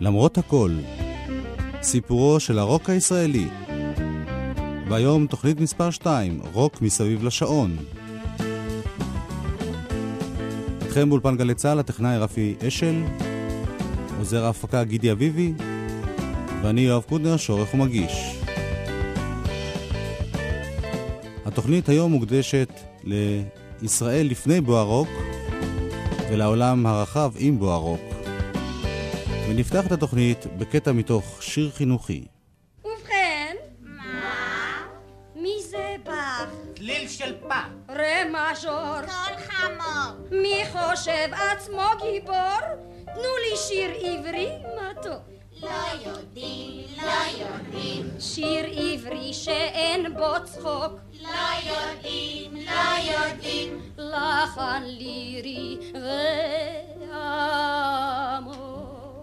למרות הכל, סיפורו של הרוק הישראלי. והיום תוכנית מספר 2, רוק מסביב לשעון. איתכם באולפן גלי צהל, הטכנאי רפי אשל, עוזר ההפקה גידי אביבי, ואני יואב קודנר שעורך ומגיש. התוכנית היום מוקדשת לישראל לפני בוא הרוק ולעולם הרחב עם בוא הרוק. ונפתח את התוכנית בקטע מתוך שיר חינוכי. ובכן, מה? מי זה בא? צליל של פח. רה מז'ור. קול חמור. מי חושב עצמו גיבור? תנו לי שיר עברי מתוק. לא יודעים, לא יודעים. שיר עברי שאין בו צחוק. לא יודעים, לא יודעים. לחן לירי ועמוק.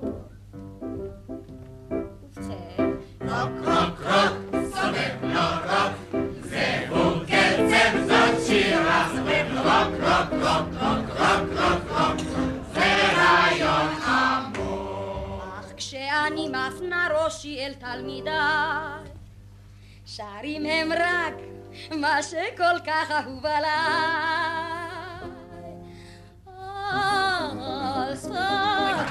רוק, רוק, רוק, סובב לו רוק. זהו קצב זאת שירה. סובב לו רוק, רוק, רוק, רוק, רוק, רוק, רוק. זה רעיון עמוק. אך כשאני מפנה ראשי אל תלמידיי, שרים הם רק מה שכל כך אהוב עליי. על סוף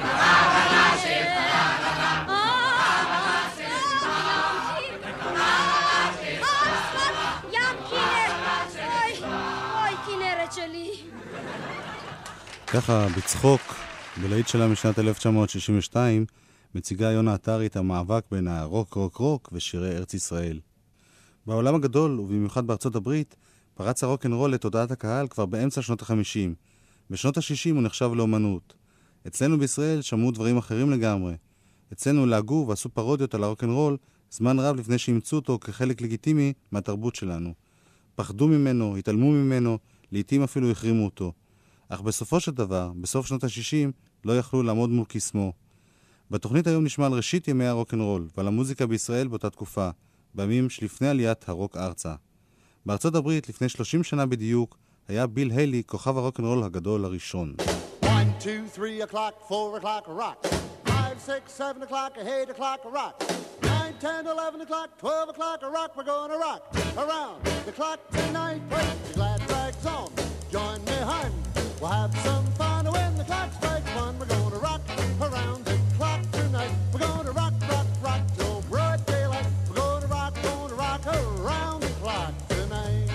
ככה בצחוק, בלהיט שלה משנת 1962, מציגה יונה עטרי את המאבק בין הרוק רוק רוק ושירי ארץ ישראל. בעולם הגדול, ובמיוחד בארצות הברית, פרץ הרוק'נ'רול לתודעת הקהל כבר באמצע שנות ה-50. בשנות ה-60 הוא נחשב לאומנות. אצלנו בישראל שמעו דברים אחרים לגמרי. אצלנו להגו ועשו פרודיות על הרוק'נ'רול זמן רב לפני שאימצו אותו כחלק לגיטימי מהתרבות שלנו. פחדו ממנו, התעלמו ממנו, לעתים אפילו החרימו אותו. אך בסופו של דבר, בסוף שנות ה-60, לא יכלו לעמוד מול קסמו. בתוכנית היום נשמע על ראשית ימי הרוק'נ'רול ועל המוזיקה בישראל באותה תקופה, בימים שלפני עליית הרוק ארצה. בארצות הברית, לפני 30 שנה בדיוק, היה ביל היילי כוכב הרוק'נ'רול הגדול הראשון. 1, 2, 3 o'clock, 4 o'clock, rock. 5, 6, 7 o'clock, 8 o'clock, rock. 9, 10, 11 o'clock, 12 o'clock, rock. We're gonna rock around the clock tonight. Put your glad rags on, join me, hun. We'll have some fun when the clock strikes 1. We're gonna rock around the clock tonight. We're gonna rock, rock, rock till broad daylight. We're gonna rock around the clock tonight.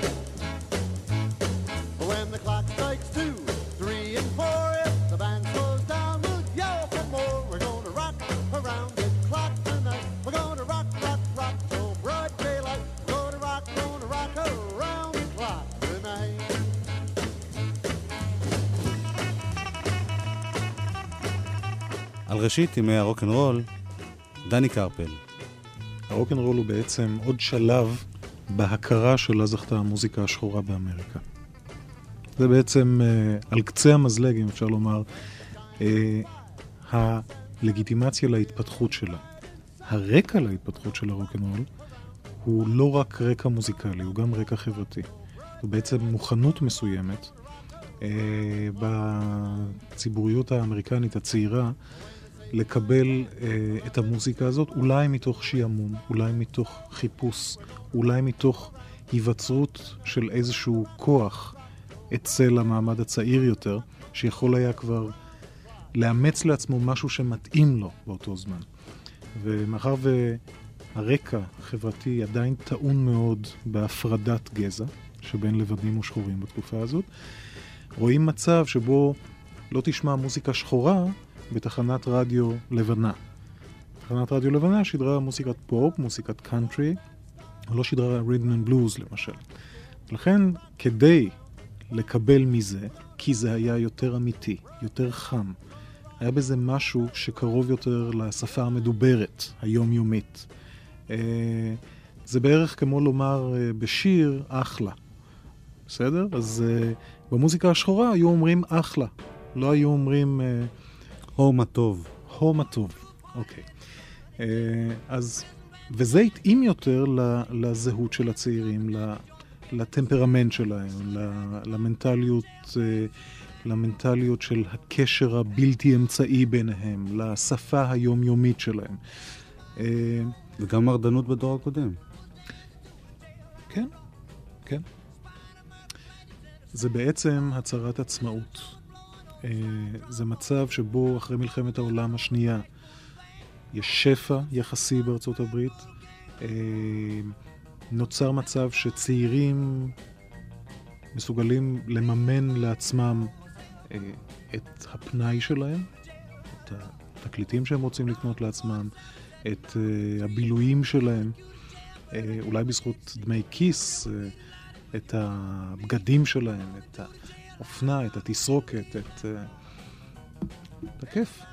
When the clock strikes 2, 3, and 4, if the band slows down, we'll yell for more. We're gonna rock around the clock tonight. We're gonna rock, rock, rock till broad daylight. We're gonna rock around the clock tonight. על ראשית ימי הרוק'נ'רול, דני קרפל. הרוק'נ'רול הוא בעצם עוד שלב בהכרה שלה זכתה המוזיקה השחורה באמריקה. זה בעצם על קצה המזלג, אם אפשר לומר, הלגיטימציה להתפתחות שלה. הרקע להתפתחות של הרוק'נ'רול הוא לא רק רקע מוזיקלי, הוא גם רקע חברתי. הוא בעצם מוכנות מסוימת בציבוריות האמריקנית הצעירה לקבל את המוזיקה הזאת, אולי מתוך שיעמום, אולי מתוך חיפוש, אולי מתוך היווצרות של איזשהו כוח אצל המעמד הצעיר יותר, שיכול היה כבר לאמץ לעצמו משהו שמתאים לו באותו זמן. ומאחר והרקע החברתי עדיין טעון מאוד בהפרדת גזע, שבין לבנים ושחורים בתקופה הזאת, רואים מצב שבו לא תשמע מוזיקה שחורה בתחנת רדיו לבנה. תחנת רדיו לבנה שדרה מוזיקת פופ, מוזיקת קאנטרי, לא שדרה רית'ם אנד בלוז למשל. לכן, כדי לקבל מזה, כי זה היה יותר אמיתי, יותר חם, היה בזה משהו שקרוב יותר לשפה המדוברת, היומיומית. זה בערך כמו לומר בשיר אחלה. בסדר? אז במוזיקה השחורה היו אומרים אחלה. לא היו אומרים הו מה טוב. הו מה טוב. אוקיי. אז, וזה התאים יותר לזהות של הצעירים, לטמפרמנט שלהם, למנטליות למנטליות של הקשר הבלתי אמצעי ביניהם, לשפה היומיומית שלהם. וגם מרדנות בדור הקודם. כן, כן. זה בעצם הצהרת עצמאות. זה מצב שבו אחרי מלחמת העולם השנייה יש שפע יחסי בארצות הברית. נוצר מצב שצעירים מסוגלים לממן לעצמם את הפנאי שלהם, את התקליטים שהם רוצים לקנות לעצמם, את הבילויים שלהם, אולי בזכות דמי כיס, את הבגדים שלהם, את האופנה, את התסרוקת, את הכיף.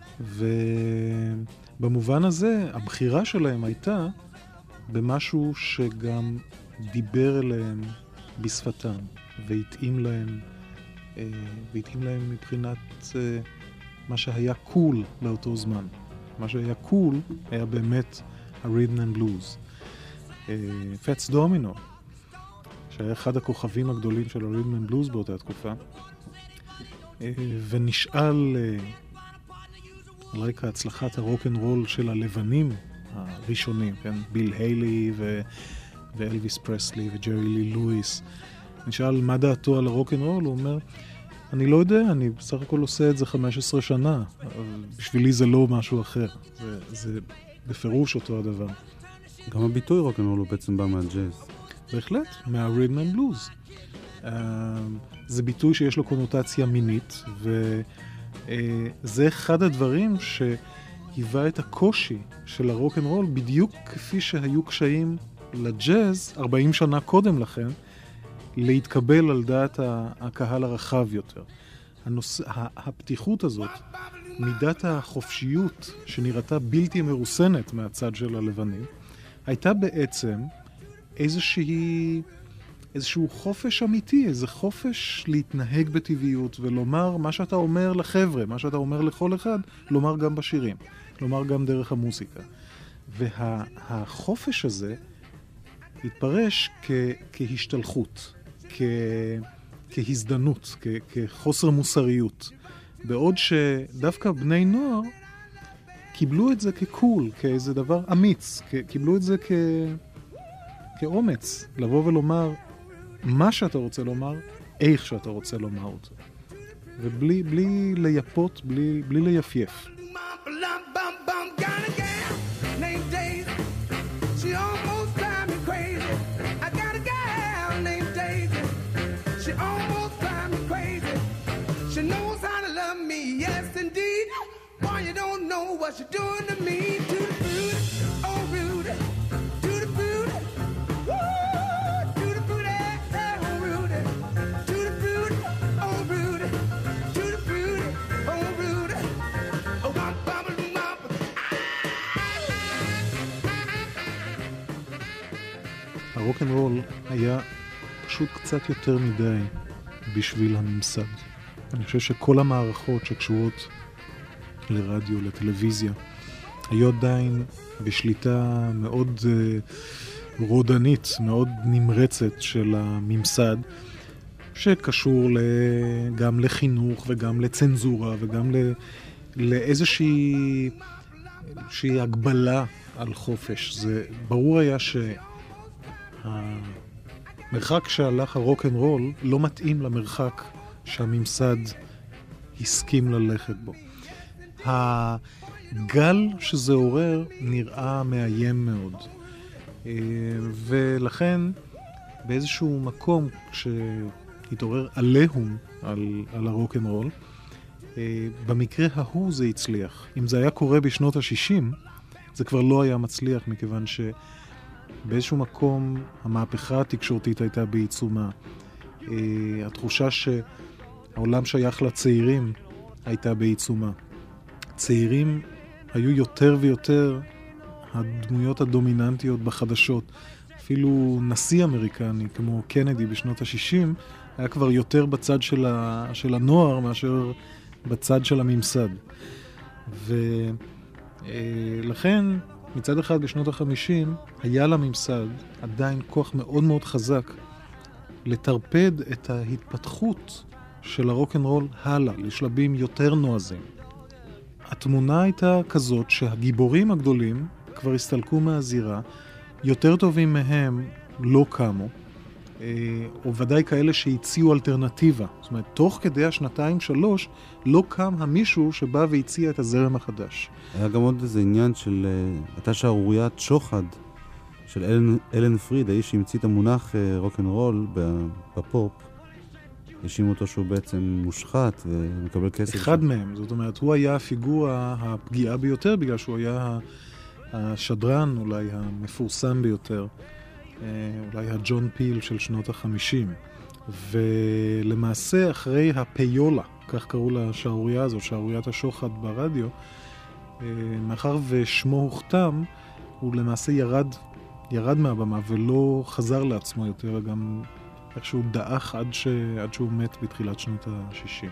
ובמובן הזה הבחירה שלהם הייתה במשהו שגם דיבר אליהם בשפתם והתאים להם מבחינת מה שהיה קול לאותו זמן. מה שהיה קול היה באמת ה-Rhythm and Blues. פאטס דומינו, שהיה אחד הכוכבים הגדולים של ה-Rhythm and Blues באותה תקופה, ונשאל על רקע הצלחת הרוק-אנד-רול של הלבנים הראשונים, כן? ביל היילי ואלוויס פרסלי וג'רי לי לואיס. נשאל מה דעתו על הרוק-אנד-רול, הוא אומר, אני לא יודע, אני בסך הכל עושה את זה 15 שנה. בשבילי זה לא משהו אחר. זה בפירוש אותו הדבר. גם הביטוי רוק-אנד-רול הוא בעצם בא מהג'אז. בהחלט, מה-Rhythm and Blues. זה ביטוי שיש לו קונוטציה מינית, וזה אחד הדברים שהיווה את הקושי של הרוק-אנד-רול, בדיוק כפי שהיו קשיים לג'אז 40 שנה קודם לכן, להתקבל על דעת הקהל הרחב יותר. הפתיחות הזאת, מידת החופשיות שנראתה בלתי מרוסנת מהצד של הלבנים, הייתה בעצם איזשהו חופש אמיתי, איזה חופש להתנהג בטבעיות ולומר מה שאתה אומר לחבר'ה, מה שאתה אומר לכל אחד, לומר גם בשירים, לומר גם דרך המוזיקה. והחופש הזה התפרש כהשתלחות, כהזדנות, כחוסר מוסריות. בעוד שדווקא בני נוער קיבלו את זה כקול, כאיזה דבר אמיץ, קיבלו את זה כאומץ, לבוא ולומר מה שאתה רוצה לומר, איך שאתה רוצה לומר אותו. ובלי לייפות, בלי לייפייף. What you doing to me, to the booty, oh Rudy, to the booty, woo, to the booty, oh Rudy, to the booty, oh Rudy, to the booty, oh Rudy, oh bum bum bum. הרוק-אנד-רול היה פשוט קצת יותר מדי בשביל הממסד. אני חושב שכל המערכות שקשורות לרדיו, לטלוויזיה, היו עדיין בשליטה מאוד רודנית, מאוד נמרצת של הממסד, שקשור גם לחינוך וגם לצנזורה וגם לאיזושהי הגבלה על חופש. זה ברור היה שהמרחק שהלך הרוק-אנד-רול לא מתאים למרחק שהממסד הסכים ללכת בו. הגל שזה עורר נראה מאיים מאוד. ולכן באיזשהו מקום כשהתעורר עליהום על הרוק-אנד-רול, במקרה ההוא זה הצליח. אם זה היה קורה בשנות ה-60, זה כבר לא היה מצליח, מכיוון שבאיזשהו מקום המהפכה התקשורתית הייתה בעיצומה. התחושה שהעולם שייך לצעירים הייתה בעיצומה. צעירים היו יותר ויותר הדמויות הדומיננטיות בחדשות. אפילו נשיא אמריקני כמו קנדי בשנות ה-60 היה כבר יותר בצד של הנוער מאשר בצד של הממסד. ולכן מצד אחד בשנות ה-50 היה לממסד עדיין כוח מאוד מאוד חזק לטרפד את ההתפתחות של הרוק'נ'רול הלאה, לשלבים יותר נועזים. התמונה הייתה כזאת שהגיבורים הגדולים כבר הסתלקו מהזירה, יותר טובים מהם לא קמו, או ודאי כאלה שהציעו אלטרנטיבה. זאת אומרת, תוך כדי השנתיים-שלוש לא קם המישהו שבא והציע את הזרם החדש. היה גם עוד איזה עניין של, הייתה שערוריית שוחד של אלן פריד, האיש שהמציא את המונח רוק'נ'רול בפופ. האשים אותו שהוא בעצם מושחת ומקבל כסף. אחד מהם, זאת אומרת, הוא היה הפיגורה הפגיעה ביותר, בגלל שהוא היה השדרן אולי המפורסם ביותר, אולי הג'ון פיל של שנות ה-50. ולמעשה אחרי הפיולה, כך קראו לשערורייה הזו, שערוריית השוחד ברדיו, מאחר ושמו הוכתם, הוא למעשה ירד מהבמה ולא חזר לעצמו יותר, גם איכשהו דאח עד שהוא מת בתחילת שנות ה-60.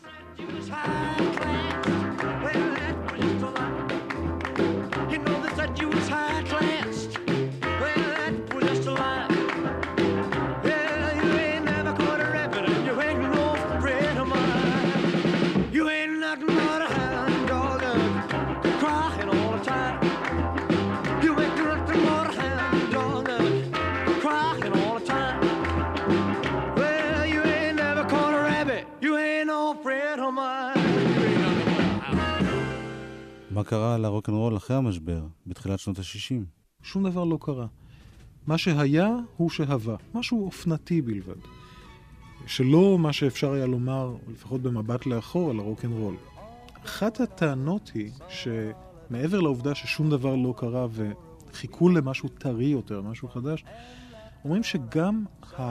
מה קרה לרוק'נ'רול אחרי המשבר, בתחילת שנות ה-60? שום דבר לא קרה. מה שהיה הוא שהווה. משהו אופנתי בלבד. שלא מה שאפשר היה לומר, לפחות במבט לאחור, על הרוק'נ'רול. אחת הטענות היא שמעבר לעובדה ששום דבר לא קרה וחיכו למשהו טרי יותר, משהו חדש, אומרים שגם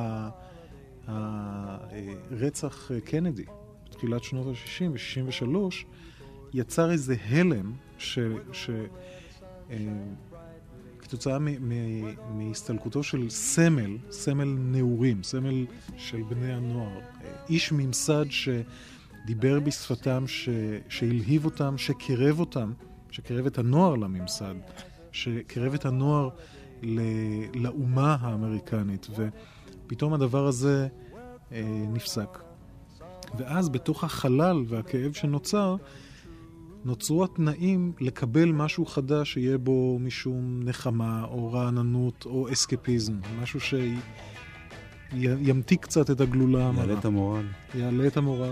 הרצח קנדי, בתחילת שנות ה-60 ו-63, יצר איזה הלם כתוצאה מהסתלקותו של סמל נעורים, סמל של בני הנוער. איש ממסד שדיבר בשפתם, שהלהיב אותם, שקרב את הנוער לממסד, שקרב את הנוער לאומה האמריקנית, ופתאום הדבר הזה נפסק. ואז בתוך החלל והכאב שנוצר, נוצרו התנאים לקבל משהו חדש שיהיה בו משום נחמה או רעננות או אסקפיזם, משהו שימתיק קצת את הגלולה. יעלה את המורל.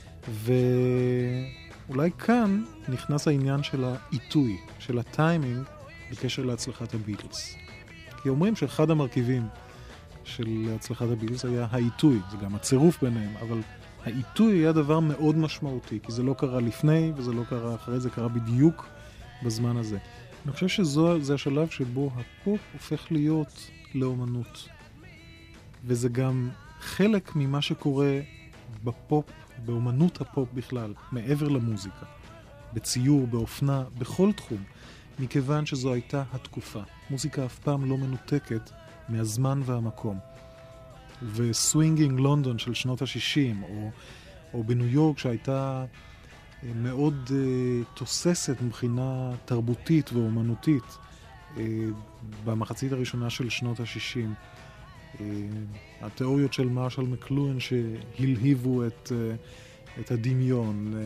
ואולי כאן נכנס העניין של העיתוי, של הטיימינג בקשר להצלחת הביטלס. כי אומרים שאחד המרכיבים של הצלחת הביטלס היה העיתוי, זה גם הצירוף ביניהם, אבל העיתוי היה דבר מאוד משמעותי, כי זה לא קרה לפני וזה לא קרה אחרי, זה קרה בדיוק בזמן הזה. אני חושב שזה השלב שבו הפופ הופך להיות לאומנות. וזה גם חלק ממה שקורה בפופ, באומנות הפופ בכלל, מעבר למוזיקה, בציור, באופנה, בכל תחום, מכיוון שזו הייתה התקופה. מוזיקה אף פעם לא מנותקת מהזמן והמקום. וסווינגינג לונדון של שנות ה-60, או בניו יורק שהייתה מאוד תוססת מבחינה תרבותית ואומנותית במחצית הראשונה של שנות ה-60. התיאוריות של מרשל מקלוהן שהלהיבו את הדמיון,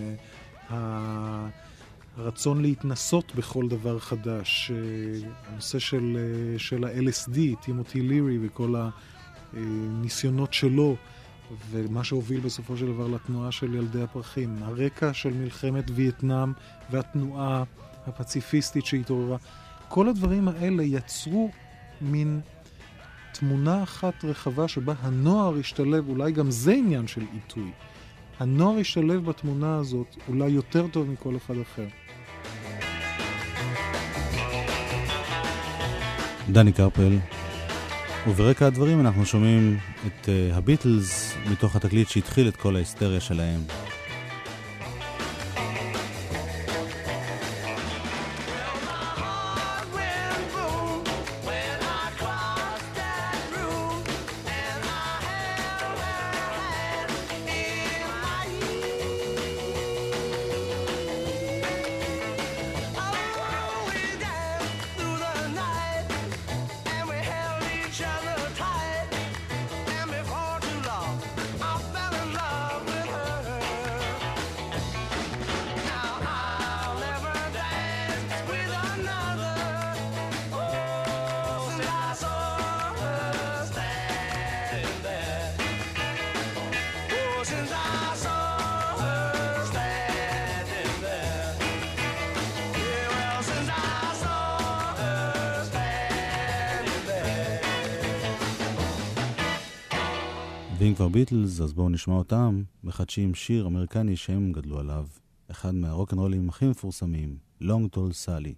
הרצון להתנסות בכל דבר חדש, הנושא של ה-LSD, טימותי לירי וכל הניסיונות שלו, ומה שהוביל בסופו של דבר לתנועה של ילדי הפרחים, הרקע של מלחמת וייטנאם והתנועה הפציפיסטית שהתעוררה. כל הדברים האלה יצרו מין תמונה אחת רחבה שבה הנוער השתלב, אולי גם זה עניין של עיתוי. הנוער השתלב בתמונה הזאת אולי יותר טוב מכל אחד אחר. דני קרפל. וברקע הדברים אנחנו שומעים את הביטלס מתוך התקליט שהתחיל את כל ההיסטריה שלהם. With ואם כבר ביטלס, אז בואו נשמע אותם מחדשים שיר אמריקני שהם גדלו עליו, אחד מהרוק'נ'רולים הכי מפורסמים, Long Tall Sally.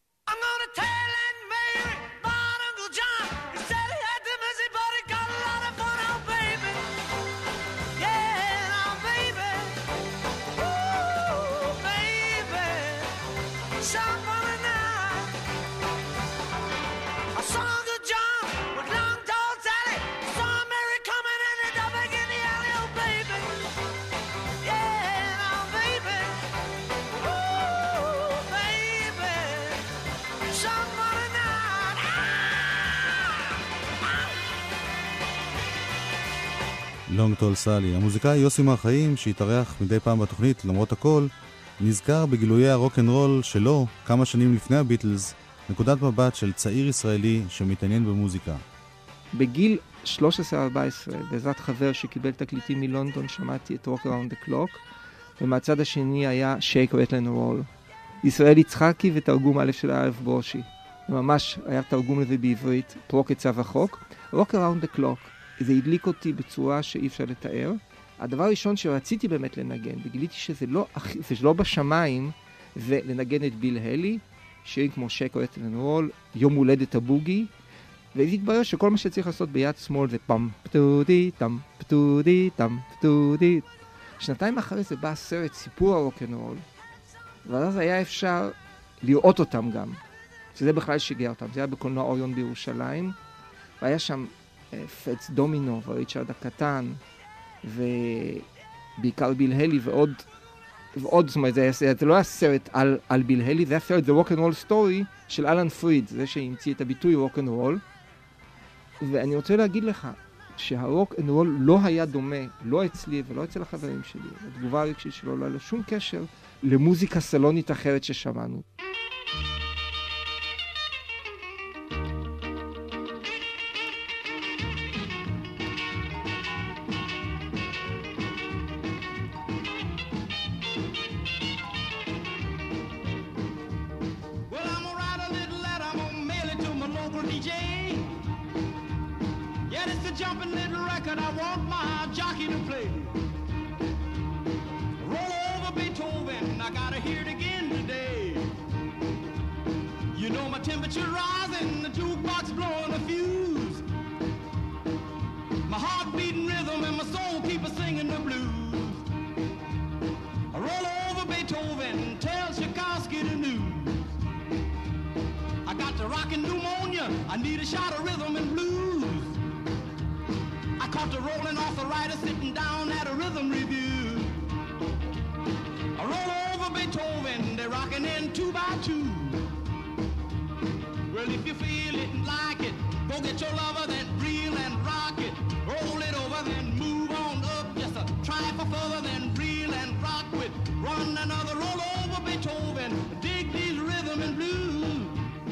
לונג טול סאלי. המוזיקאי יוסי מרחיים, שהתארח מדי פעם בתוכנית למרות הכל, נזכר בגילויי הרוק'נ'רול שלו כמה שנים לפני הביטלס, נקודת מבט של צעיר ישראלי שמתעניין במוזיקה. בגיל 13-14, בעזרת חבר שקיבל תקליטים מלונדון, שמעתי את Rock Around the Clock, ומהצד השני היה Shake, Rattle and Roll. ישראל יצחקי ותרגום א' של א' ברושי. ממש היה תרגום לזה בעברית, פרוק את צו החוק. Rock Around the Clock. זה הדליק אותי בצורה שאי אפשר לתאר. הדבר הראשון שרציתי באמת לנגן, וגיליתי שזה לא בשמיים, זה לנגן את ביל הלי, שירים כמו Shake, Rattle and Roll, יום הולדת הבוגי, וזה התברר שכל מה שצריך לעשות ביד שמאל זה פם פטודי, טם פטודי, טם פטודי. שנתיים אחרי זה בא סרט סיפור הרוק'נ'רול, ואז היה אפשר לראות אותם גם, שזה בכלל שיגע אותם. זה היה בקולנוע אוריון בירושלים, והיה שם פץ דומינו וריצ'רד הקטן, ובעיקר ביל הלי ועוד, זאת אומרת, זה לא היה סרט על ביל הלי, זה היה סרט The Rock'n'Roll Story של אלן פריד, זה שהמציא את הביטוי רוק'נ'רול. ואני רוצה להגיד לך שהרוק'נ'רול לא היה דומה, לא אצלי ולא אצל החברים שלי. התגובה הרגשית שלו לא היה לו שום קשר למוזיקה סלונית אחרת ששמענו. Jumping little record I want my jockey to play. Roll over Beethoven, I gotta hear it again today. You know my temperature rising, the jukebox blowing a fuse. My heart beating rhythm and my soul keep singing the blues. Roll over Beethoven, tell Tchaikovsky the news. I got the rockin' pneumonia, I need a shot of rhythm and blues. Caught the rolling off the rider sitting down at a rhythm review. I roll over Beethoven, they're rocking in 2 by 2. Well, if you feel it and like it, go get your lover, then reel and rock it. Roll it over, then move on up. Just a try for further, then reel and rock with. Run another roll over Beethoven, dig these rhythm and blues.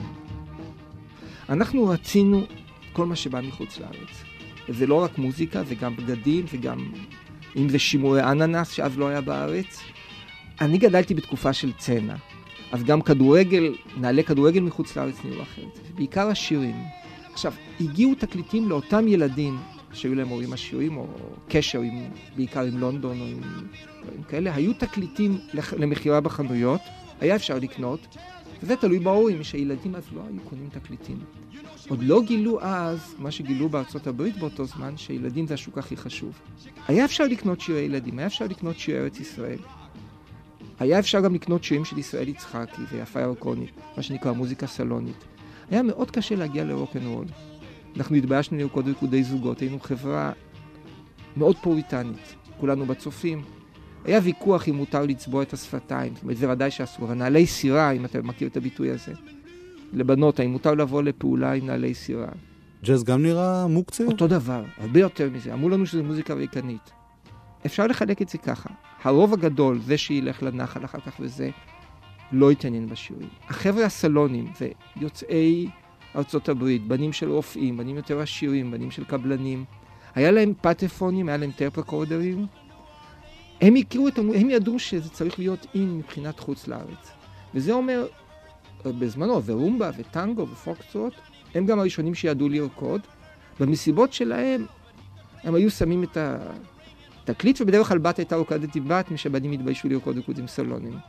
אנחנו רצינו כל מה שבא מחוץ לארץ. זה לא רק מוזיקה, זה גם בגדים, זה גם, אם זה שימורי אננס, שאז לא היה בארץ. אני גדלתי בתקופה של צנע, אז גם כדורגל, נעלי כדורגל מחוץ לארץ נראו אחרת. בעיקר השירים. עכשיו, הגיעו תקליטים לאותם ילדים, שהיו להם הורים עשירים, או קשר בעיקר עם לונדון, או עם דברים כאלה. היו תקליטים למכירה בחנויות, היה אפשר לקנות, וזה תלוי בהורים, שהילדים אז לא היו קונים תקליטים. עוד לא גילו אז, מה שגילו בארצות הברית באותו זמן, שילדים זה השוק הכי חשוב. היה אפשר לקנות שירי ילדים, היה אפשר לקנות שירי ארץ ישראל. היה אפשר גם לקנות שירים של ישראל יצחקי ויפה ירקונית, מה שנקרא מוזיקה סלונית. היה מאוד קשה להגיע לרוק'נ'רול. אנחנו התביישנו לרקוד ריקודי זוגות, היינו חברה מאוד פוריטנית, כולנו בצופים. היה ויכוח אם מותר לצבוע את השפתיים, זאת אומרת, זה ודאי שאסור, אבל נעלי סירה, אם אתה מכיר את הביטוי הזה. לבנות, האם מותר לבוא לפעולה עם נעלי סירה. ג'אז גם נראה מוקצה? אותו דבר, הרבה יותר מזה. אמרו לנו שזה מוזיקה ריקנית. אפשר לחלק את זה ככה. הרוב הגדול, זה שילך לנחל אחר כך וזה, לא יתעניין בשירים. החבר'ה הסלונים, זה יוצאי ארצות הברית, בנים של רופאים, בנים יותר עשירים, בנים של קבלנים. היה להם פטפונים, היה להם טרפ רקורדרים. הם ידעו שזה צריך להיות אין מבחינת חוץ לארץ. וזה אומר, בזמנו, ורומבה וטנגו ופוקסטרוט, הם גם הראשונים שידעו לרקוד. במסיבות שלהם, הם היו שמים את התקליט, ובדרך כלל בת הייתה רוקדת עם בת, משבדים התביישו לרקוד ריקוד עם סלונים.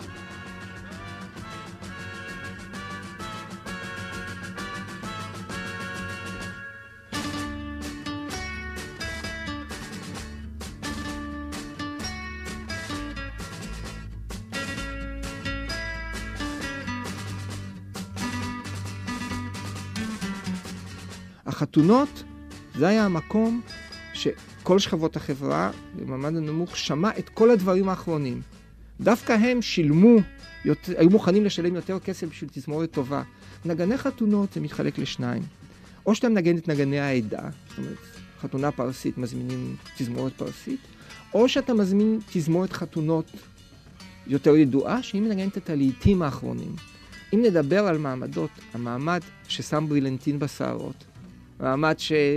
החתונות, זה היה המקום שכל שכבות החברה, במעמד הנמוך, שמע את כל הדברים האחרונים. דווקא הם שילמו, היו מוכנים לשלם יותר כסף בשביל תזמורת טובה. נגני חתונות זה מתחלק לשניים. או שאתה מנגן את נגני העדה, זאת אומרת, חתונה פרסית, מזמינים תזמורת פרסית, או שאתה מזמין תזמורת חתונות יותר ידועה, שהיא מנגנת את הלעיתים האחרונים. אם נדבר על מעמדות, המעמד ששם ברילנטין בשערות, המעמד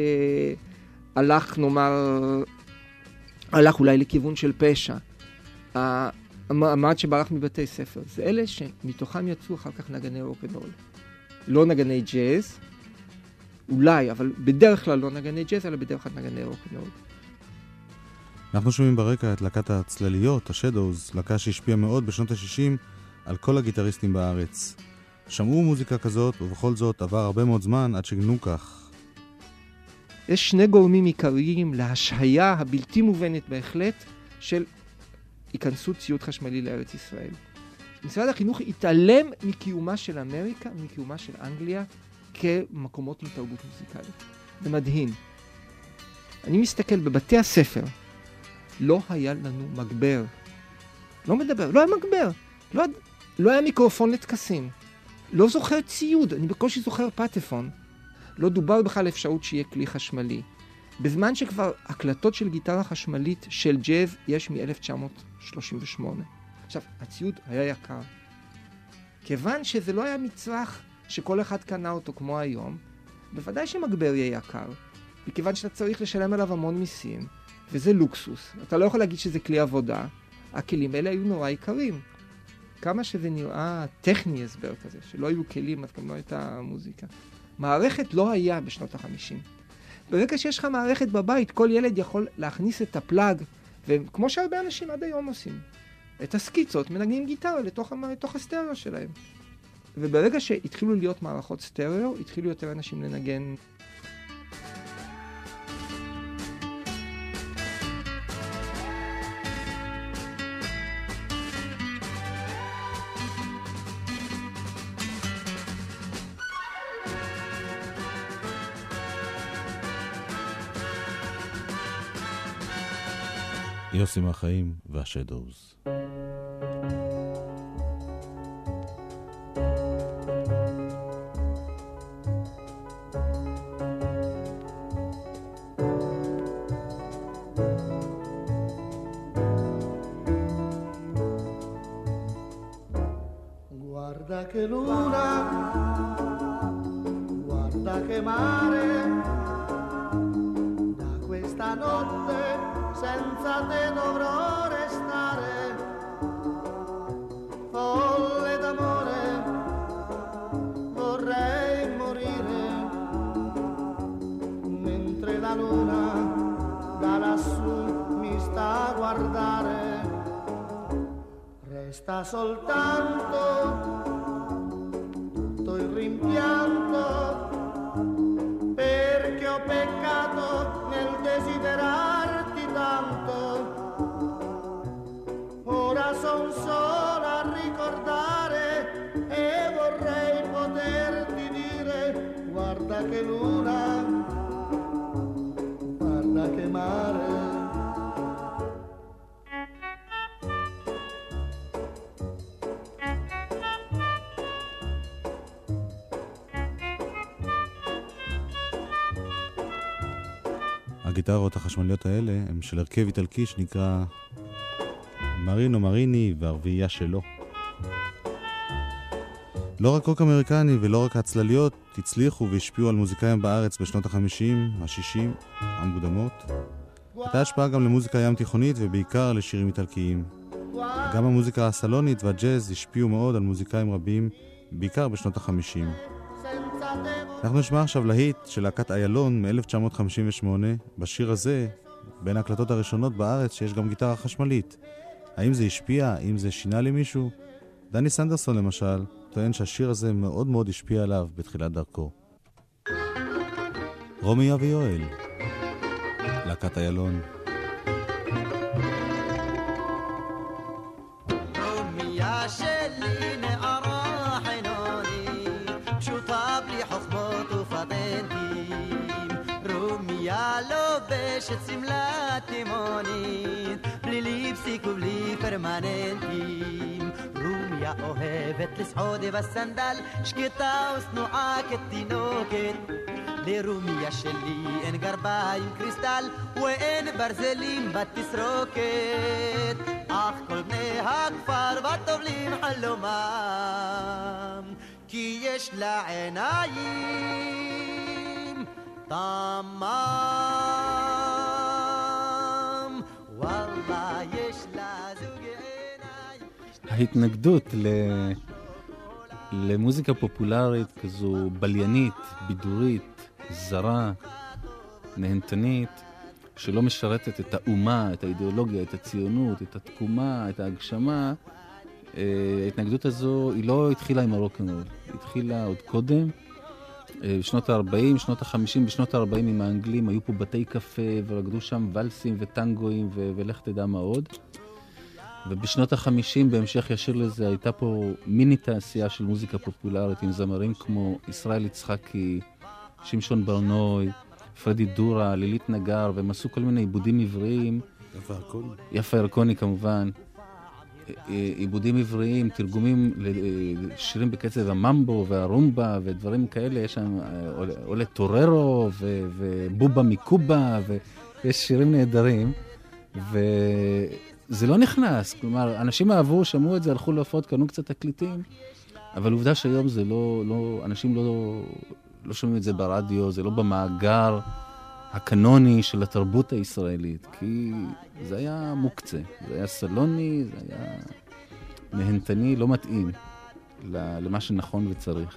שהלך, נאמר, הלך אולי לכיוון של פשע, המעמד שברח מבתי ספר, זה אלה שמתוכם יצאו אחר כך נגני רוקנרול. לא נגני ג'אז, אולי, אבל בדרך כלל לא נגני ג'אז, אלא בדרך כלל נגני רוקנרול. אנחנו שומעים ברקע את להקת הצלליות, השדוז, להקה שהשפיעה מאוד בשנות ה-60 על כל הגיטריסטים בארץ. שמעו מוזיקה כזאת, ובכל זאת עבר הרבה מאוד זמן עד שגנו כך. יש שני גורמים עיקריים להשהיה הבלתי מובנת בהחלט של היכנסות ציוד חשמלי לארץ ישראל. משרד החינוך התעלם מקיומה של אמריקה, מקיומה של אנגליה, כמקומות עם תרבות מוזיקלית. זה מדהים. אני מסתכל בבתי הספר, לא היה לנו מגבר. לא מדבר, לא היה מגבר. לא היה מיקרופון לתקסים. לא זוכר ציוד, אני בקושי זוכר פטפון. לא דובר בכלל אפשרות שיהיה כלי חשמלי. בזמן שכבר הקלטות של גיטרה חשמלית של ג'אז יש מ-1938. עכשיו, הציוד היה יקר. כיוון שזה לא היה מצרך שכל אחד קנה אותו כמו היום, בוודאי שמגבר יהיה יקר. מכיוון שאתה צריך לשלם עליו המון מיסים, וזה לוקסוס. אתה לא יכול להגיד שזה כלי עבודה. הכלים האלה היו נורא יקרים. כמה שזה נראה טכני הסבר כזה, שלא היו כלים, אז גם לא הייתה מוזיקה. מערכת לא היה בשנות ה-50. ברגע שיש לך מערכת בבית, כל ילד יכול להכניס את הפלאג, וכמו שהרבה אנשים עד היום עושים, את הסקיצות מנגנים גיטרה לתוך הסטריאו שלהם. וברגע שהתחילו להיות מערכות סטריאו, התחילו יותר אנשים לנגן. יוסי מהחיים והשדוז. Guarda che luna, guarda che mare, da questa notte senza te dovrò restare, folle d'amore, vorrei morire, mentre la luna da lassù mi sta a guardare, resta soltanto tutto il rimpianto, perché ho peccato nel desiderarti tanto. Ora son sola a ricordare e vorrei poterti dire: guarda che luna, guarda che mare. הגיטרות החשמליות האלה הם של הרכב איטלקי שנקרא מרינו מריני והרביעייה שלו. לא רק רוק אמריקני ולא רק הצלליות הצליחו והשפיעו על מוזיקאים בארץ בשנות ה-50, ה-60 המוקדמות. הייתה השפעה גם למוזיקה ים תיכונית ובעיקר לשירים איטלקיים. גם המוזיקה הסלונית והג'אז השפיעו מאוד על מוזיקאים רבים, בעיקר בשנות ה-50. אנחנו נשמע עכשיו להיט של להקת איילון מ-1958. בשיר הזה, בין ההקלטות הראשונות בארץ, שיש גם גיטרה חשמלית. האם זה השפיע? האם זה שינה למישהו? דני סנדרסון למשל טוען שהשיר הזה מאוד מאוד השפיע עליו בתחילת דרכו. רומיה ויואל, להקת איילון. רומיה שלי נערה חינונית, פשוטה בלי חוכמות ופטנטים. רומיה לובשת סמלת תימונית, בלי ליפסטיק ובלי פרמננטים. רומיה אוהבת לסעוד בסנדל, שקטה וסנועה כתינוקת. לרומיה שלי אין גרביים קריסטל ואין ברזלים בתסרוקת, אך כל בני הכפר וטובלים חלומם, כי יש לה עיניים תמם. וואלה יש לה זוג עיניים. ההתנגדות למוזיקה פופולרית כזו בליינית, בידורית, זרה, נהנתנית, שלא משרתת את האומה, את האידיאולוגיה, את הציונות, את התקומה, את ההגשמה. ההתנגדות הזו היא לא התחילה עם הרוקנרול, היא התחילה עוד קודם. בשנות ה-40, שנות ה-50, בשנות ה-40 עם האנגלים היו פה בתי קפה ורקדו שם ולסים וטנגואים ולך תדע מה עוד. ובשנות ה-50 בהמשך ישיר לזה הייתה פה מיני תעשייה של מוזיקה פופולרית עם זמרים כמו ישראל יצחקי, שמשון ברנוי, פרדי דורה, לילית נגר, והם עשו כל מיני עיבודים עבריים. יפה ירקוני כמובן. עיבודים עבריים, תרגומים לשירים בקצב הממבו והרומבה ודברים כאלה. יש שם עולה טוררו ובובה מקובה, ויש שירים נהדרים. וזה לא נכנס, כלומר, אנשים אהבו, שמעו את זה, הלכו להופעות, קנו קצת תקליטים, אבל עובדה שהיום זה לא אנשים לא שומעים את זה ברדיו, זה לא במאגר הקנוני של התרבות הישראלית, כי זה היה מוקצה, זה היה סלוני, זה היה נהנתני, לא מתאים למה שנכון וצריך.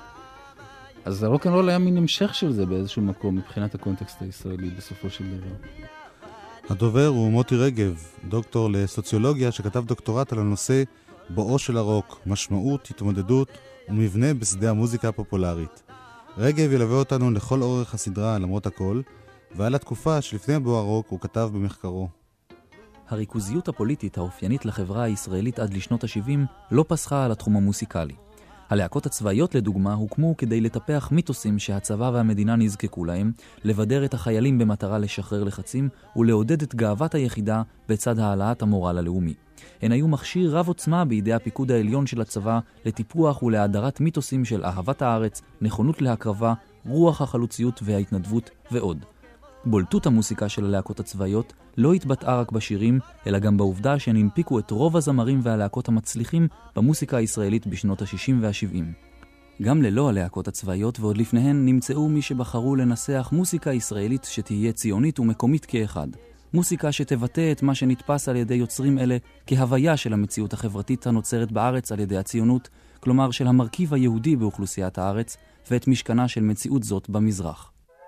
אז הרוקנרול היה מין המשך של זה באיזשהו מקום, מבחינת הקונטקסט הישראלי בסופו של דבר. הדובר הוא מוטי רגב, דוקטור לסוציולוגיה שכתב דוקטורט על הנושא בואו של הרוק, משמעות, התמודדות ומבנה בשדה המוזיקה הפופולרית. רגב ילווה אותנו לכל אורך הסדרה למרות הכל, ועל התקופה שלפני בוא הרוק הוא כתב במחקרו. הריכוזיות הפוליטית האופיינית לחברה הישראלית עד לשנות ה-70 לא פסחה על התחום המוסיקלי. הלהקות הצבאיות לדוגמה הוקמו כדי לטפח מיתוסים שהצבא והמדינה נזקקו להם, לבדר את החיילים במטרה לשחרר לחצים ולעודד את גאוות היחידה בצד העלאת המורל הלאומי. הן היו מכשיר רב עוצמה בידי הפיקוד העליון של הצבא לטיפוח ולהדרת מיתוסים של אהבת הארץ, נכונות להקרבה, רוח החלוציות וההתנדבות ועוד. בולטות המוסיקה של הלהקות הצבאיות לא התבטאה רק בשירים, אלא גם בעובדה שהן הנפיקו את רוב הזמרים והלהקות המצליחים במוסיקה הישראלית בשנות ה-60 וה-70. גם ללא הלהקות הצבאיות ועוד לפניהן נמצאו מי שבחרו לנסח מוסיקה ישראלית שתהיה ציונית ומקומית כאחד. מוסיקה שתבטא את מה שנתפס על ידי יוצרים אלה כהוויה של המציאות החברתית הנוצרת בארץ על ידי הציונות, כלומר של המרכיב היהודי באוכלוסיית הארץ, ואת משכנה של מציאות זאת במזרח.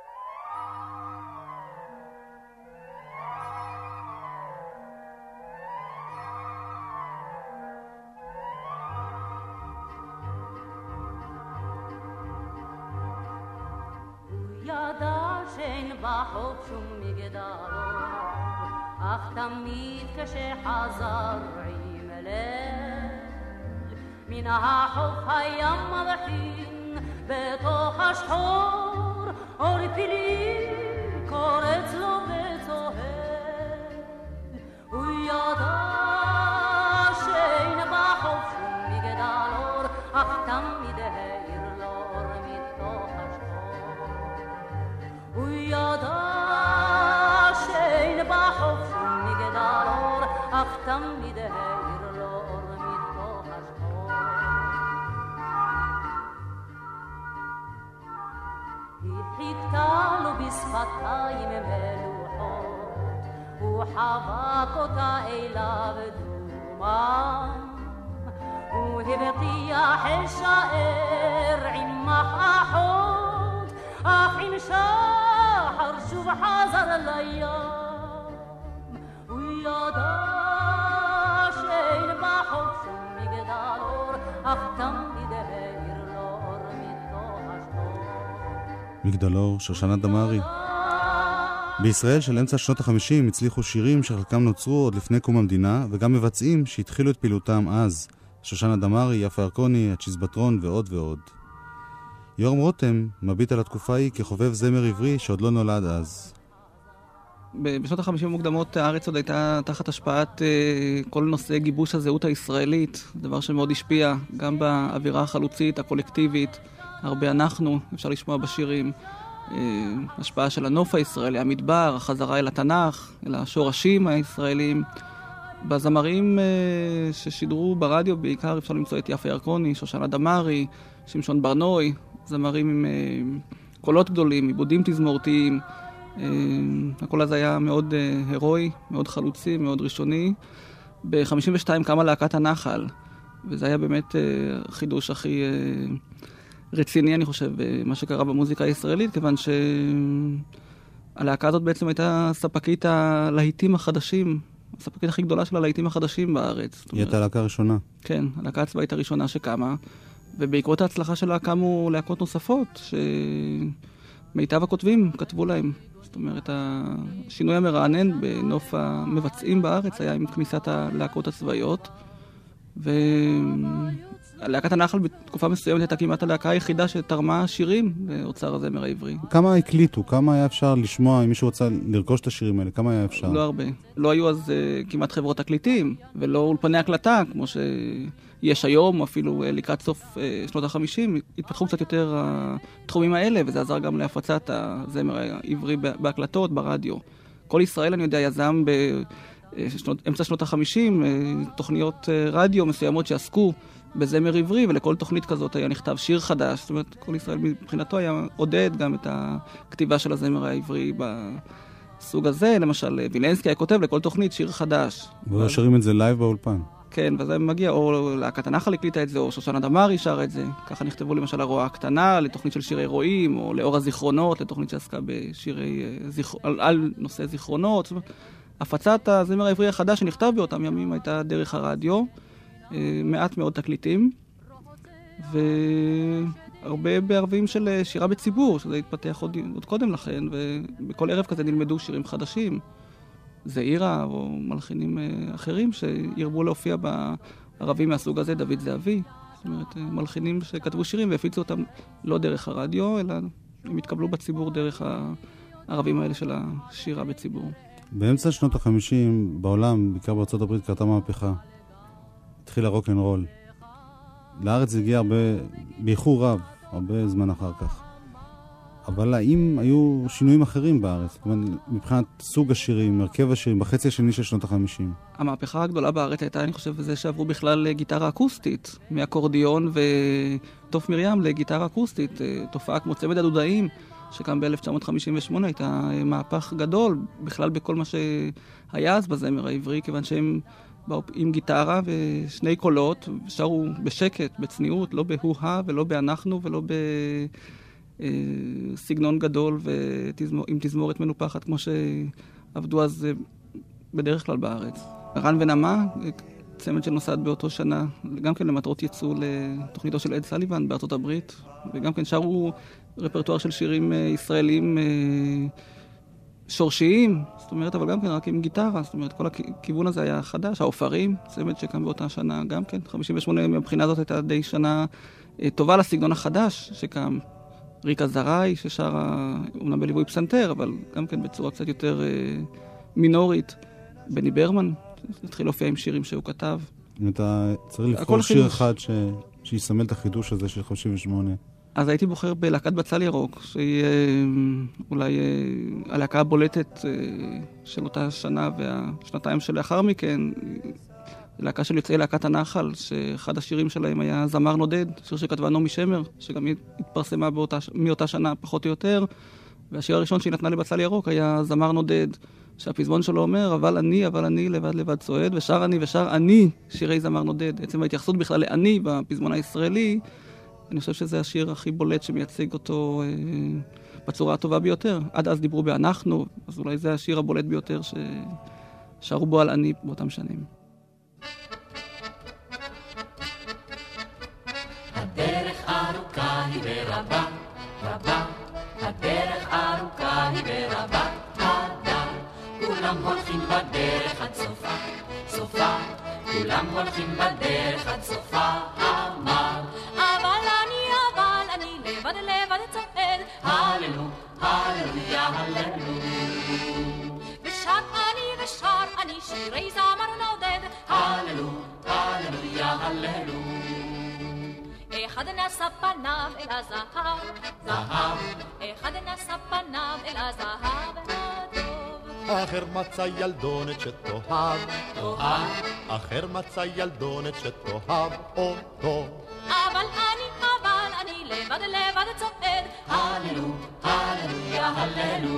ידע שאין בחוק שום מגדלו, אך תמיד כשחזר עם ליל מן החוף היה מבחין בתוך השחור אור פילי קורץ לו וצוהל. הוא ידע שאין בחוף שום מגדלו, אך תמיד העיר לו אור מתוך השחור. הוא ידע שאין בחוף שום מגדל אור, אך תמיד העיר לו אור מתוך השחור. היא חיכתה לו בשפתיים מלוחות, הוא חבק אותה אליו דומם, הוא הבטיח אשאר עמך אחור עם שחר שוב חזר לים וידע שאין בחוף שום מגדל אור אך תמיד האיר לו אור מתוך השחור. מגדלור, שושנה דמארי. בישראל של אמצע שנות ה-50 הצליחו שירים שחלקם נוצרו עוד לפני קום המדינה וגם מבצעים שהתחילו את פעילותם אז. שושנה דמארי, יפה ירקוני, הצ'יזבטרון ועוד ועוד. יורם רותם מביט על התקופה היא כחובב זמר עברי שעוד לא נולד אז. בשנות ה-50 המוקדמות הארץ עוד הייתה תחת השפעת כל נושא גיבוש הזהות הישראלית, דבר שמאוד השפיע גם באווירה החלוצית, הקולקטיבית, הרבה אנחנו, אפשר לשמוע בשירים, השפעה של הנוף הישראלי, המדבר, החזרה אל התנ"ך, אל השורשים הישראלים. בזמרים ששידרו ברדיו בעיקר אפשר למצוא את יפה ירקוני, שושנה דמארי, שמשון ברנוי, זמרים עם קולות גדולים, עיבודים תזמורתיים. הקול הזה היה מאוד הרואי, מאוד חלוצי, מאוד ראשוני. ב-52 קמה להקת הנחל, וזה היה באמת חידוש הכי רציני, אני חושב, מה שקרה במוזיקה הישראלית, כיוון שהלהקה הזאת בעצם הייתה ספקית הלהיטים החדשים, הספקית הכי גדולה של הלהיטים החדשים בארץ. היא הייתה הלהקה הראשונה. כן, הלהקה הצבאית הראשונה שקמה, ובעקבות ההצלחה שלה קמו להקות נוספות, שמיטב הכותבים כתבו להם. זאת אומרת, השינוי המרענן בנוף המבצעים בארץ היה עם כניסת הלהקות הצבאיות, והלהקת הנחל בתקופה מסוימת הייתה כמעט הלהקה היחידה שתרמה שירים לאוצר הזמר העברי. כמה הקליטו? כמה היה אפשר לשמוע, אם מישהו רוצה לרכוש את השירים האלה? כמה היה אפשר? לא הרבה. לא היו אז כמעט חברות תקליטים, ולא אולפני הקלטה, כמו שיש היום, או אפילו לקראת סוף שנות ה-50, התפתחו קצת יותר התחומים האלה, וזה עזר גם להפצת הזמר העברי בהקלטות, ברדיו. כל ישראל, אני יודע, יזם באמצע שנות ה-50, תוכניות רדיו מסוימות שעסקו בזמר עברי, ולכל תוכנית כזאת היה נכתב שיר חדש. זאת אומרת, כל ישראל מבחינתו היה עודד גם את הכתיבה של הזמר העברי בסוג הזה. למשל, וילנסקי היה כותב לכל תוכנית שיר חדש. והוא שרים את זה לייב באולפן. כן, וזה מגיע, או להקת הנחל הקליטה את זה, או שושנה דמארי שרה את זה. ככה נכתבו למשל הרועה הקטנה, לתוכנית של שירי רועים, או לאור הזיכרונות, לתוכנית שעסקה בשירי על נושא זיכרונות. זאת אומרת, הפצת הזמר העברי החדש שנכתב באותם ימים הייתה דרך הרדיו. מעט מאוד תקליטים, והרבה בערבים של שירה בציבור, שזה התפתח עוד קודם לכן, ובכל ערב כזה נלמדו שירים חדשים. זעירה או מלחינים אחרים שירבו להופיע בערבים מהסוג הזה, דוד זהבי. זאת אומרת, מלחינים שכתבו שירים והפיצו אותם לא דרך הרדיו, אלא הם התקבלו בציבור דרך הערבים האלה של השירה בציבור. באמצע שנות ה-50 בעולם, בעיקר בארצות הברית, קרתה מהפכה. התחיל הרוק אנד רול. לארץ זה הגיע באיחור רב, הרבה זמן אחר כך. אבל האם היו שינויים אחרים בארץ? זאת אומרת, מבחינת סוג השירים, מרכב השירים, בחצי השני של שנות ה-50. המהפכה הגדולה בארץ הייתה, אני חושב, זה שעברו בכלל לגיטרה אקוסטית, מאקורדיון וטוף מרים לגיטרה אקוסטית. תופעה כמו צמד הדודאים, שקם ב-1958, הייתה מהפך גדול, בכלל בכל מה שהיה אז בזמר העברי, כיוון שהם באו עם גיטרה ושני קולות, שרו בשקט, בצניעות, לא בהוה ולא באנחנו ולא בסגנון גדול ועם תזמורת מנופחת, כמו שעבדו אז בדרך כלל בארץ. רן ונמה, צמד שנוסד באותו שנה, גם כן למטרות יצאו לתוכניתו של אד סליבן בארצות הברית, וגם כן שרו רפרטואר של שירים ישראלים שורשיים, זאת אומרת, אבל גם כן רק עם גיטרה, זאת אומרת, כל הכיוון הזה היה חדש. האופרים, צמד שקם באותה שנה, גם כן, 58 מבחינה הזאת הייתה די שנה טובה לסגנון החדש שקם. ריקה זרעי, ששרה אומנם בליווי פסנתר, אבל גם כן בצורה קצת יותר מינורית. בני ברמן, התחיל להופיע עם שירים שהוא כתב. אם אתה צריך לבחור שיר אחד שיסמל את החידוש הזה של 58. אז הייתי בוחר בלהקת בצל ירוק, שהיא אולי הלהקה הבולטת של אותה שנה והשנתיים שלאחר מכן, להקה של יוצאי להקת הנחל, שאחד השירים שלהם היה זמר נודד, שיר שכתבה נעמי שמר, שגם התפרסמה מאותה שנה פחות או יותר, והשיר הראשון שהיא נתנה לבצל ירוק היה זמר נודד, שהפזמון שלו אומר, אבל אני לבד לבד צועד, ושר אני ושר אני שירי זמר נודד. עצם ההתייחסות בכלל לאני בפזמון הישראלי, אני חושב שזה השיר הכי בולט שמייצג אותו בצורה הטובה ביותר. עד אז דיברו באנחנו, אז אולי זה השיר הבולט ביותר ששרו בו על אני באותם שנים. הדרך ארוכה היא ורבה, רבה, הדרך ארוכה היא ורבה, הדר, כולם הולכים בדרך עד סופה, סופה, כולם הולכים בדרך עד סופה, אמר. אבל אני לבד לבד צועד, הללו, הללויה, הללו. ושר אני שירי זמר נודד, הללו, הללויה, הללו. אחד נשא פניו אל הזהב, זהב, אחד נשא פניו אל הזהב הטוב. אחר מצא ילדונת שתאהב, תאהב, אחר מצא ילדונת שתאהב אותו. אבל אני לבד לבד צועד, הללו, הללויה, הללו.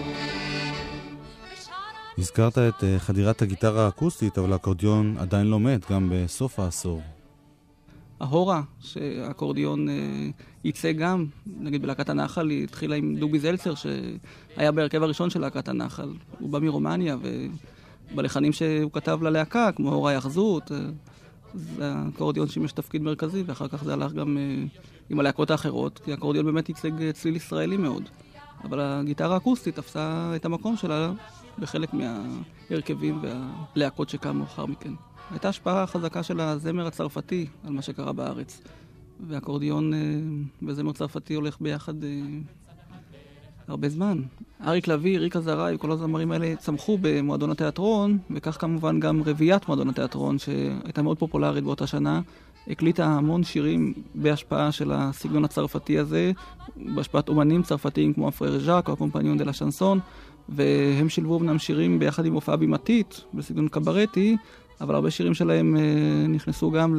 הזכרת את חדירת הגיטרה האקוסטית, אבל האקורדיון עדיין לא מת, גם בסוף העשור. ההורה, שהאקורדיון ייצא גם, נגיד בלהקת הנחל, היא התחילה עם דובי זלצר, שהיה בהרכב הראשון של להקת הנחל. הוא בא מרומניה, ובלחנים שהוא כתב ללהקה, כמו הורה יחזות, האקורדיון שימש תפקיד מרכזי, ואחר כך זה הלך גם עם הלהקות האחרות, כי האקורדיון באמת ייצג צליל ישראלי מאוד. אבל הגיטרה האקוסטית תפסה את המקום שלה בחלק מההרכבים והלהקות שקמו אחר מכן. הייתה השפעה חזקה של הזמר הצרפתי על מה שקרה בארץ. והאקורדיון וזמר צרפתי הולך ביחד הרבה זמן. אריק לוי, ריקה זרעי, כל הזמרים האלה צמחו במועדון התיאטרון, וכך כמובן גם רביעיית מועדון התיאטרון, שהייתה מאוד פופולרית באותה שנה, הקליטה המון שירים בהשפעה של הסגנון הצרפתי הזה, בהשפעת אומנים צרפתיים כמו הפרר ז'אק או הקומפניון דה לה שנסון, והם שילבו אמנם שירים ביחד עם הופעה בימתית, בסגנון קברטי, אבל הרבה שירים שלהם נכנסו גם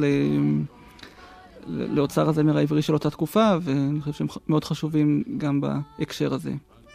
לאוצר הזמר העברי של אותה תקופה, ואני חושב שהם מאוד חשובים גם בהקשר הזה.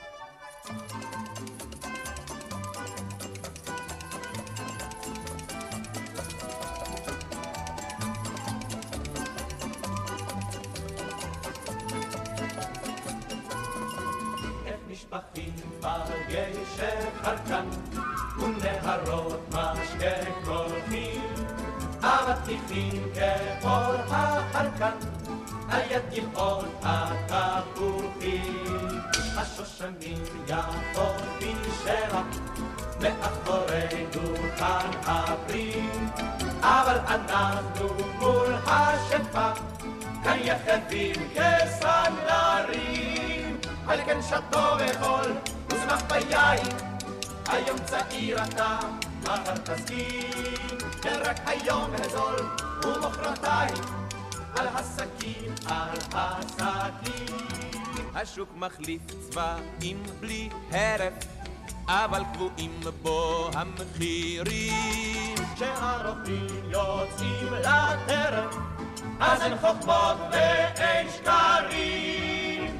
משפחים בגשר חרקן ונהרות משקה קולחים אבטיחים כאור החרקן על יד גבעות התפוחים השושנים יפות בשרח מאחורי דוכן הפרי אבל אנחנו מול השפע כאן יחדים כסנדרים על כן שתו וחול וזמח ביין היום צעיר אתה מחר תסכים כן רק היום הזול ומחרתיים על הסכין על הסכין השוק מחליף צבעים בלי הרף אבל קבועים בו המחירים כשהרופאים יוצאים לטרף אז אין חוכמות ואין שקרים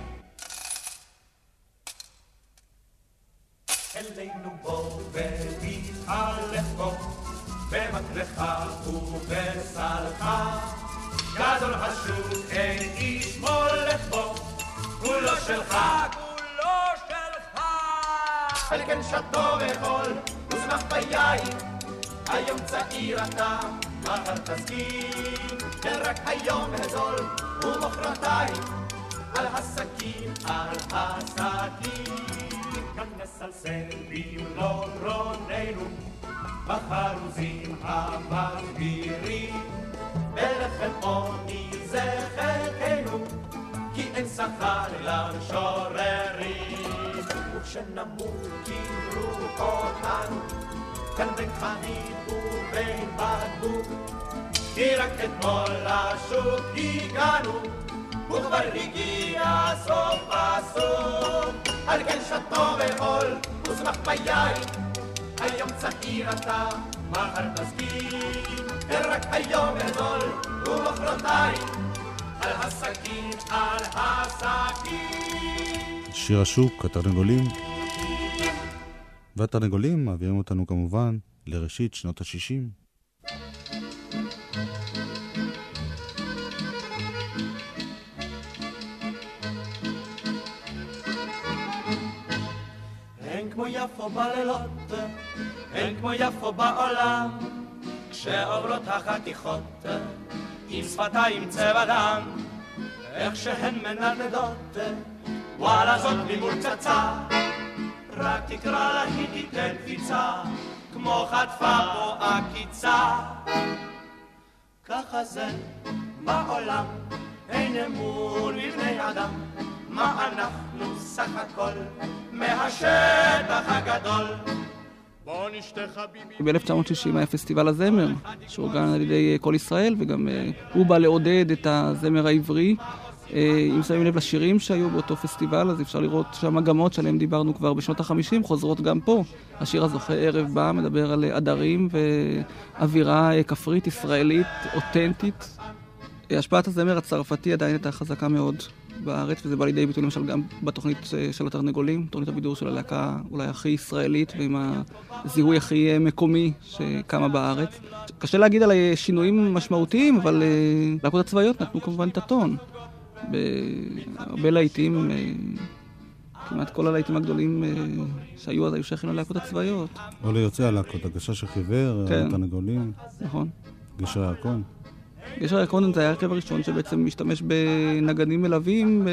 אלינו בוא ותתהלך בו במקלך ובסלך גדול השוק אין איש מולך בו כולו שלך כולו שלך על כן שתו וחול וזמח ביין היום צעיר אתה מחר תסכים כן רק היום הזול ומחרתיים על הסכין על הסכין כאן נסלסל במלוא גרוננו בחרוזים המסבירים בלחם עוני זה חלקנו כי אין שכר למשוררים וכשנמות תראו אותנו כאן בין חנית ובין בקבוק כי רק אתמול לשוק הגענו וכבר הגיע סוף הסוף על כן שתו וחול וזמח ביין היום צעיר אתה מחר תסכים רק היום הזול ומחרתיים על הסכין על הסכין שיר השוק, התרנגולים. והתרנגולים מעבירים אותנו כמובן לראשית שנות ה-60. כמו יפו בלילות, אין כמו יפו בעולם, כשעוברות החתיכות עם שפתיים צבע דם, איך שהן מנדנדות, וואלה זאת ממול פצצה, רק תקרא לה היא תיתן קפיצה, כמו חטפה או עקיצה. ככה זה בעולם, אין אמון בבני אדם, מה אנחנו סך הכל מהשטח הגדול. בוא נשתה חביבי. ב-1960 היה פסטיבל הזמר, שאורגן על ידי כל ישראל, וגם הוא בא לעודד את הזמר העברי. אם שמים לב לשירים שהיו באותו פסטיבל, אז אפשר לראות שהמגמות שעליהם דיברנו כבר בשנות ה-50 חוזרות גם פה. השיר הזוכה ערב בא מדבר על עדרים ואווירה כפרית ישראלית אותנטית. השפעת הזמר הצרפתי עדיין הייתה חזקה מאוד בארץ, וזה בא לידי ביטוי למשל גם בתוכנית של התרנגולים, תוכנית הבידור של הלהקה אולי הכי ישראלית ועם הזיהוי הכי מקומי שקמה בארץ. קשה להגיד על שינויים משמעותיים, אבל להקות הצבאיות נתנו כמובן את הטון. בהרבה להיטים, כמעט כל הלהיטים הגדולים שהיו אז היו שייכים ללהקות הצבאיות. או ליוצאי הלהקות, הגשש החיוור, כן. התרנגולים. נכון. גשר הירקון. גשר הירקון זה היה הרכב הראשון שבעצם משתמש בנגנים מלווים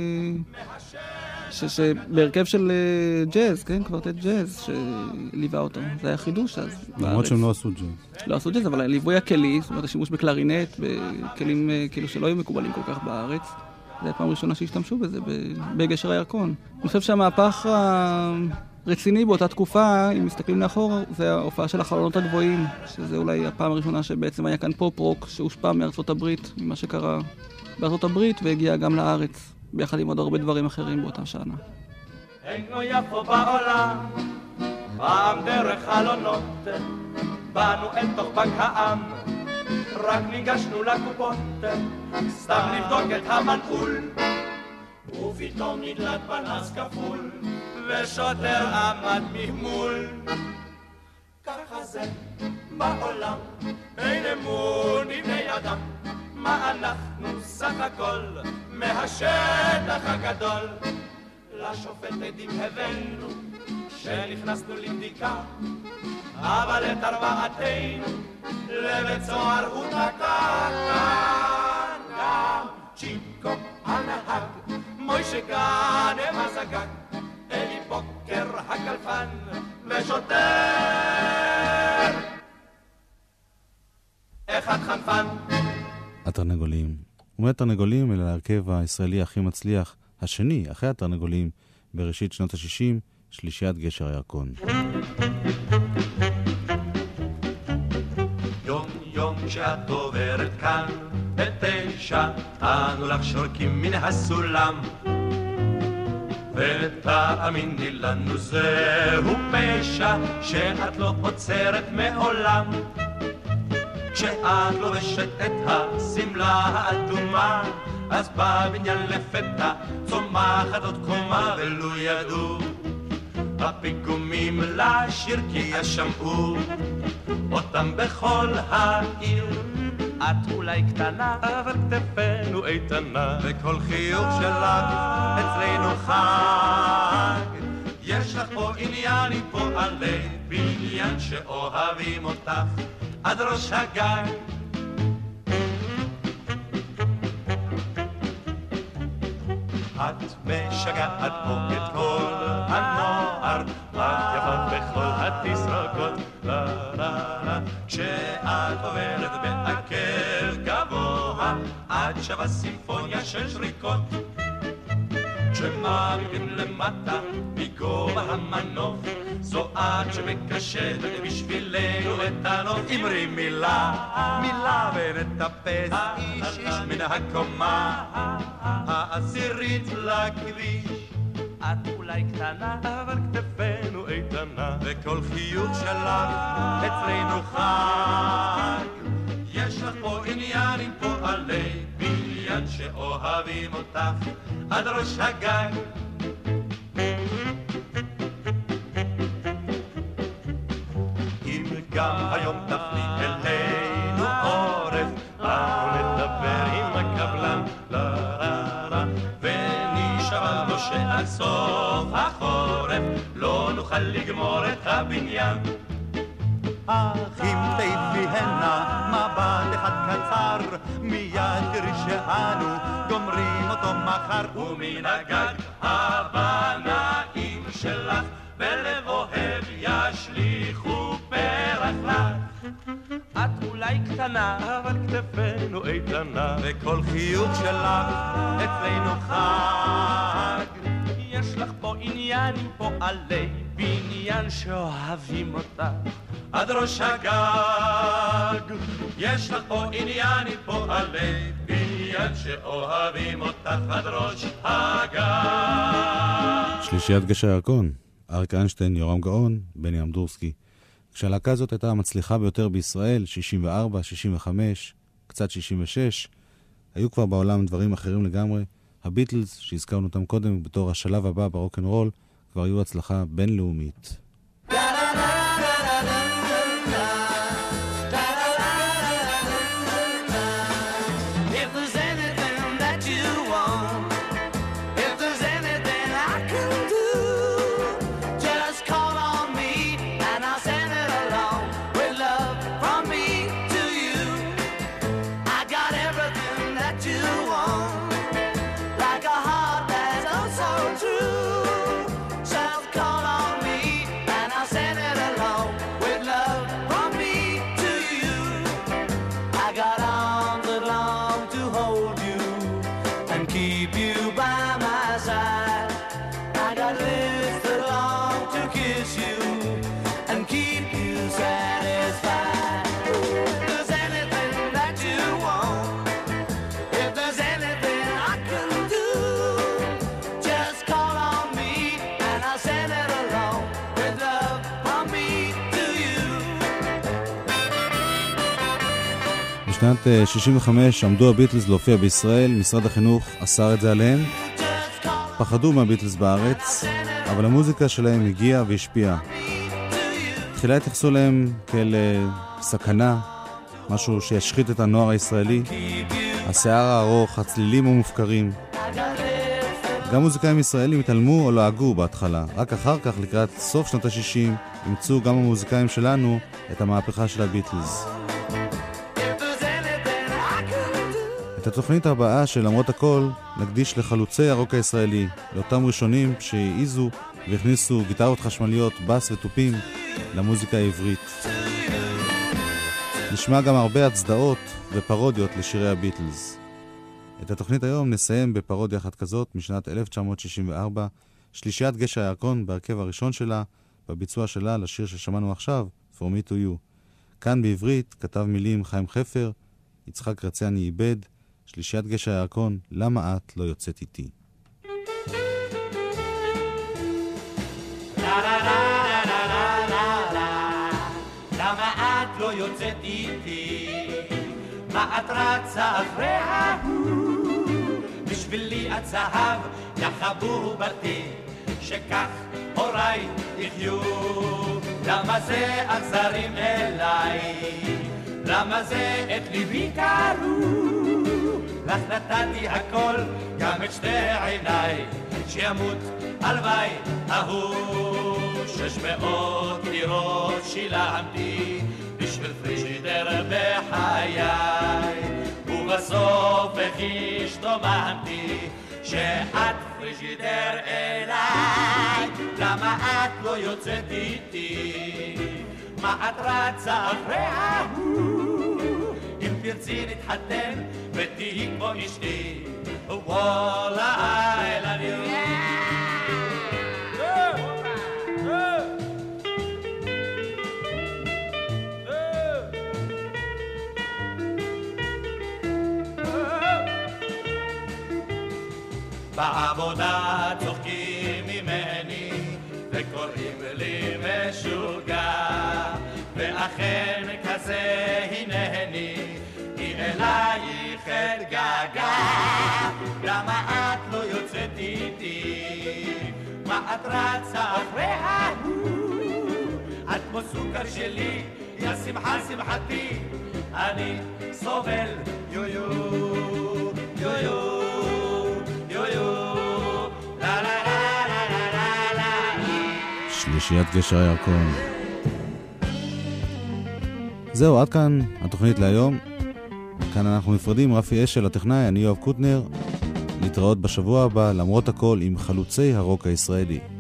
בהרכב של ג'אז, כן? קוורטט ג'אז שליווה אותו. זה היה חידוש אז. למרות שהם לא עשו ג'אז. לא עשו ג'אז, אבל ליווי הכלי, זאת אומרת השימוש בקלרינט, בכלים כאילו שלא היו מקובלים כל כך בארץ. זה הפעם הראשונה שהשתמשו בזה, בגשר הירקון. אני חושב שהמהפך רציני באותה תקופה, אם מסתכלים לאחור, זה ההופעה של החלונות הגבוהים, שזה אולי הפעם הראשונה שבעצם היה כאן פופ-רוק, שהושפע מארצות הברית, ממה שקרה בארצות הברית, והגיע גם לארץ, ביחד עם עוד הרבה דברים אחרים באותה שנה. אין כמו יפו בעולם, פעם דרך חלונות, באנו אל תוך בנק העם, רק ניגשנו לקופות, סתם לבדוק את המנעול, ופתאום נדלק פנס כפול, ושוטר עמד ממול. ככה זה בעולם, אין אמון בבני אדם, מה אנחנו סך הכל מהשטח הגדול. לשופט עדים הבאנו, שנכנסנו לבדיקה, אבל את ארבעתנו לבית סוהר הוא תקע. גם צ'יקו הנהג, מוישה גאנם הזגג, אלי בוקר הקלפן ושוטר אחד חנפן. התרנגולים. ומהתרנגולים אל ההרכב הישראלי הכי מצליח, השני אחרי התרנגולים, בראשית שנות ה-60, שלישיית גשר הירקון. יום יום כשאת עוברת כאן בתשע, אנו לך שורקים מן הסולם, ותאמיני לנו זהו פשע שאת לא עוצרת מעולם. כשאת לובשת את הסמלה האדומה, אז בבניין לפתע צומחת עוד קומה, ולו ידעו הפיגומים לשיר כי ישמעו אותם בכל העיר. את אולי קטנה, אבל כתפינו איתנה, וכל חיוך שלך אצלנו חג. יש לך פה עניין עם פועלי בניין שאוהבים אותך עד ראש הגג. את משגעת פה את כל הנוער, את יפה בכל התסרוקות, כשאת עוברת בעקב גבוה, את שווה סימפוניה של שריקות. כשמביטים למטה מגובה המנוף, זו את שמקשטת בשבילנו את הנוף. אמרי מילה, מילה ונטפס איש איש מן הקומה העשירית לכביש. את אולי קטנה, אבל כתפינו איתנה, וכל חיוך שלך אצלנו חג. יש לך פה עניין עם פועלי בניין שאוהבים אותך עד ראש הגג. אם גם היום תפני אלינו עורף, אנחנו נדבר עם הקבלן, ונשבע לו שעד סוף החורף לא נוכל נוכל לגמור את הבניין. אך אם תיתני הנה מבט אחד קצר, מיד תראי שאנו גומרים אותו מחר. ומן הגג הבנאים שלך בלב אוהב ישליכו פרח לך. את אולי קטנה, אבל כתפינו איתנה, וכל חיוך שלך אצלנו חג. יש לך פה עניינים פועלי בניין שאוהבים אותך עד ראש הגג. יש לך פה עניינים פועלי בניין שאוהבים אותך עד ראש הגג. שלישיית גשר הירקון, אריק איינשטיין, יורם גאון, בני אמדורסקי. כשהלהקה הזאת הייתה המצליחה ביותר בישראל, 64, 65, קצת 66, היו כבר בעולם דברים אחרים לגמרי. הביטלס, שהזכרנו אותם קודם בתור השלב הבא ברוק'נ'רול, כבר היו הצלחה בינלאומית. בשנת 65 עמדו הביטלס להופיע בישראל, משרד החינוך אסר את זה עליהם. פחדו מהביטלס בארץ, אבל המוזיקה שלהם הגיעה והשפיעה. תחילה התייחסו להם כאל סכנה, משהו שישחית את הנוער הישראלי, השיער הארוך, הצלילים המופקרים. גם מוזיקאים ישראלים התעלמו או לעגו בהתחלה, רק אחר כך לקראת סוף שנות ה-60 אימצו גם המוזיקאים שלנו את המהפכה של הביטלס. את התוכנית הבאה של למרות הכל נקדיש לחלוצי הרוק הישראלי, לאותם ראשונים שהעיזו והכניסו גיטרות חשמליות, בס וטופים למוזיקה העברית. נשמע גם הרבה הצדעות ופרודיות לשירי הביטלס. את התוכנית היום נסיים בפרודיה אחת כזאת משנת 1964, שלישיית גשר הירקון בהרכב הראשון שלה, בביצוע שלה לשיר ששמענו עכשיו, For Me To You. כאן בעברית כתב מילים חיים חפר, יצחק רציאני איבד, שלישיית גשר הירקון, למה את לא יוצאת איתי? למה את לא יוצאת איתי? מה את רצה אחרי ההוא? בשבילי את זהב, יחבו בתי, שכך הוריי יחיו. למה זה אכזרים אליי? למה זה את ליבי קרו? לך נתתי הכל, גם את שתי עיניי, שימות הלוואי ההוא. 600 לירות שילמתי בשביל פריג'ידר בחיי, ובסוף איך השתוממתי שאת פריג'ידר אליי. למה את לא יוצאת איתי? מה את רצה אחרי ההוא? אם תרצי נתחתן ותהי כמו אשתי, וואלה I love you. בעבודה צוחקים ממני וקוראים לי משוגע, ואכן כזה הנני, היא אלייך אתגעגע. למה את לא יוצאת איתי? מה את רצה אחרי ההוא? את כמו סוכר שלי, יא שמחה שמחתי, אני סובל יו-יו יו-יו שלישיית גשר הירקון. זהו, עד כאן התוכנית להיום. כאן אנחנו נפרדים, רפי אשל הטכנאי, אני יואב קוטנר. להתראות בשבוע הבא, למרות הכל, עם חלוצי הרוק הישראלי.